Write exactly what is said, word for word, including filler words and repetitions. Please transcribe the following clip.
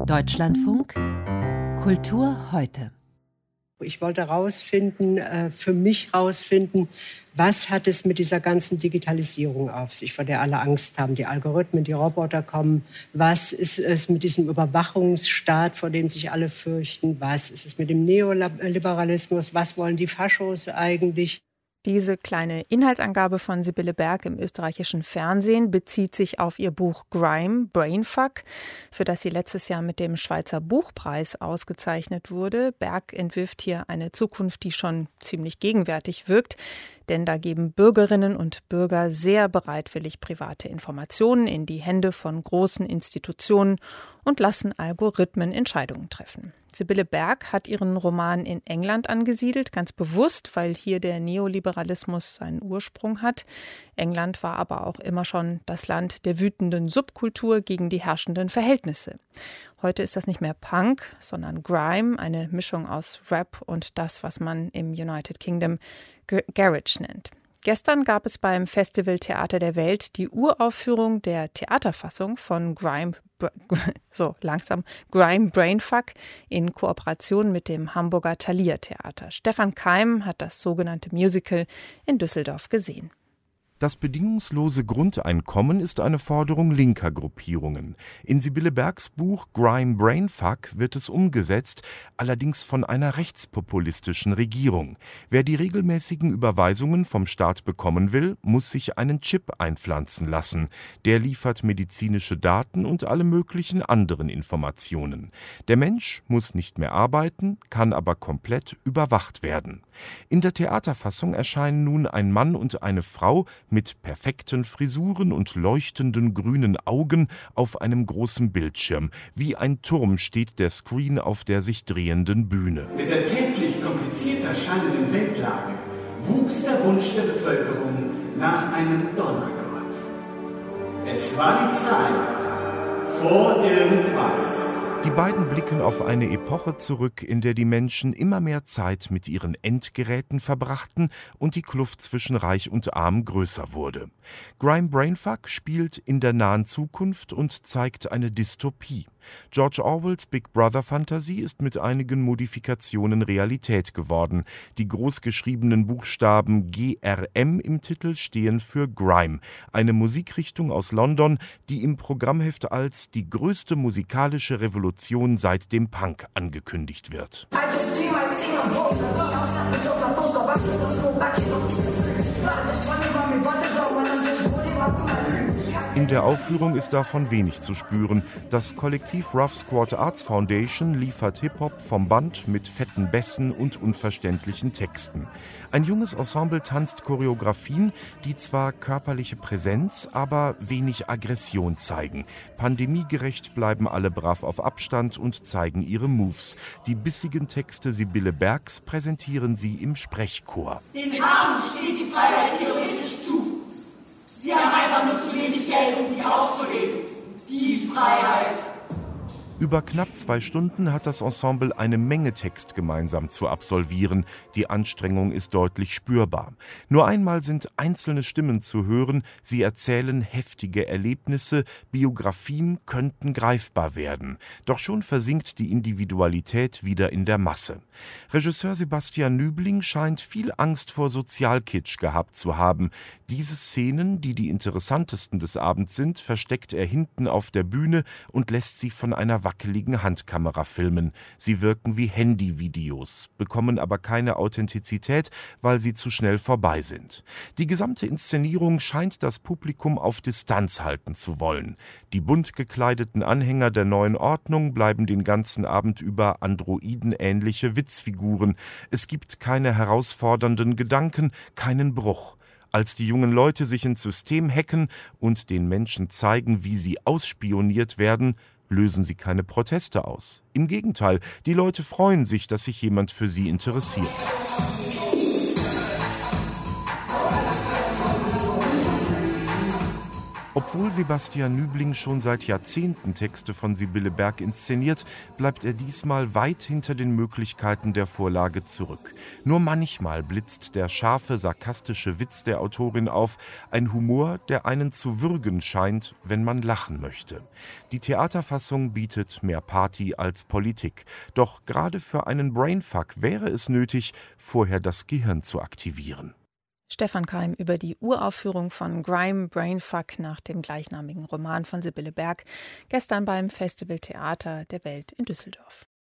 Deutschlandfunk Kultur heute. Ich wollte rausfinden, für mich rausfinden, was hat es mit dieser ganzen Digitalisierung auf sich, vor der alle Angst haben, die Algorithmen, die Roboter kommen. Was ist es mit diesem Überwachungsstaat, vor dem sich alle fürchten? Was ist es mit dem Neoliberalismus? Was wollen die Faschos eigentlich? Diese kleine Inhaltsangabe von Sibylle Berg im österreichischen Fernsehen bezieht sich auf ihr Buch Grime, Brainfuck, für das sie letztes Jahr mit dem Schweizer Buchpreis ausgezeichnet wurde. Berg entwirft hier eine Zukunft, die schon ziemlich gegenwärtig wirkt, denn da geben Bürgerinnen und Bürger sehr bereitwillig private Informationen in die Hände von großen Institutionen und lassen Algorithmen Entscheidungen treffen. Sibylle Berg hat ihren Roman in England angesiedelt, ganz bewusst, weil hier der Neoliberalismus seinen Ursprung hat. England war aber auch immer schon das Land der wütenden Subkultur gegen die herrschenden Verhältnisse. Heute ist das nicht mehr Punk, sondern Grime, eine Mischung aus Rap und das, was man im United Kingdom Garage nennt. Gestern gab es beim Festival Theater der Welt die Uraufführung der Theaterfassung von Grime, so langsam, Grime Brainfuck in Kooperation mit dem Hamburger Thalia Theater. Stefan Keim hat das sogenannte Musical in Düsseldorf gesehen. Das bedingungslose Grundeinkommen ist eine Forderung linker Gruppierungen. In Sibylle Bergs Buch Grime Brainfuck wird es umgesetzt, allerdings von einer rechtspopulistischen Regierung. Wer die regelmäßigen Überweisungen vom Staat bekommen will, muss sich einen Chip einpflanzen lassen. Der liefert medizinische Daten und alle möglichen anderen Informationen. Der Mensch muss nicht mehr arbeiten, kann aber komplett überwacht werden. In der Theaterfassung erscheinen nun ein Mann und eine Frau mit perfekten Frisuren und leuchtenden grünen Augen auf einem großen Bildschirm. Wie ein Turm steht der Screen auf der sich drehenden Bühne. Mit der täglich kompliziert erscheinenden Weltlage wuchs der Wunsch der Bevölkerung nach einem Donnergott. Es war die Zeit vor irgendwas. Die beiden blicken auf eine Epoche zurück, in der die Menschen immer mehr Zeit mit ihren Endgeräten verbrachten und die Kluft zwischen Reich und Arm größer wurde. Grime Brainfuck spielt in der nahen Zukunft und zeigt eine Dystopie. George Orwells Big Brother-Fantasie ist mit einigen Modifikationen Realität geworden. Die großgeschriebenen Buchstaben G R M im Titel stehen für Grime, eine Musikrichtung aus London, die im Programmheft als die größte musikalische Revolution seit dem Punk angekündigt wird. In der Aufführung ist davon wenig zu spüren. Das Kollektiv Rough Squad Arts Foundation liefert Hip-Hop vom Band mit fetten Bässen und unverständlichen Texten. Ein junges Ensemble tanzt Choreografien, die zwar körperliche Präsenz, aber wenig Aggression zeigen. Pandemiegerecht bleiben alle brav auf Abstand und zeigen ihre Moves. Die bissigen Texte Sibylle Bergs präsentieren sie im Sprechchor. Den Armen steht die Freiheit theoretisch zu. Sie haben einfach nur zu wenig Geld, um sie auszuleben. Die Freiheit. Über knapp zwei Stunden hat das Ensemble eine Menge Text gemeinsam zu absolvieren. Die Anstrengung ist deutlich spürbar. Nur einmal sind einzelne Stimmen zu hören. Sie erzählen heftige Erlebnisse. Biografien könnten greifbar werden. Doch schon versinkt die Individualität wieder in der Masse. Regisseur Sebastian Nübling scheint viel Angst vor Sozialkitsch gehabt zu haben. Diese Szenen, die die interessantesten des Abends sind, versteckt er hinten auf der Bühne und lässt sie von einer wackeligen Handkamera filmen. Sie wirken wie Handyvideos, bekommen aber keine Authentizität, weil sie zu schnell vorbei sind. Die gesamte Inszenierung scheint das Publikum auf Distanz halten zu wollen. Die bunt gekleideten Anhänger der neuen Ordnung bleiben den ganzen Abend über androidenähnliche Witzfiguren. Es gibt keine herausfordernden Gedanken, keinen Bruch. Als die jungen Leute sich ins System hacken und den Menschen zeigen, wie sie ausspioniert werden, lösen sie keine Proteste aus. Im Gegenteil, die Leute freuen sich, dass sich jemand für sie interessiert. Obwohl Sebastian Nübling schon seit Jahrzehnten Texte von Sibylle Berg inszeniert, bleibt er diesmal weit hinter den Möglichkeiten der Vorlage zurück. Nur manchmal blitzt der scharfe, sarkastische Witz der Autorin auf, ein Humor, der einen zu würgen scheint, wenn man lachen möchte. Die Theaterfassung bietet mehr Party als Politik. Doch gerade für einen Brainfuck wäre es nötig, vorher das Gehirn zu aktivieren. Stefan Keim über die Uraufführung von Grime, Brainfuck nach dem gleichnamigen Roman von Sibylle Berg, gestern beim Festival Theater der Welt in Düsseldorf.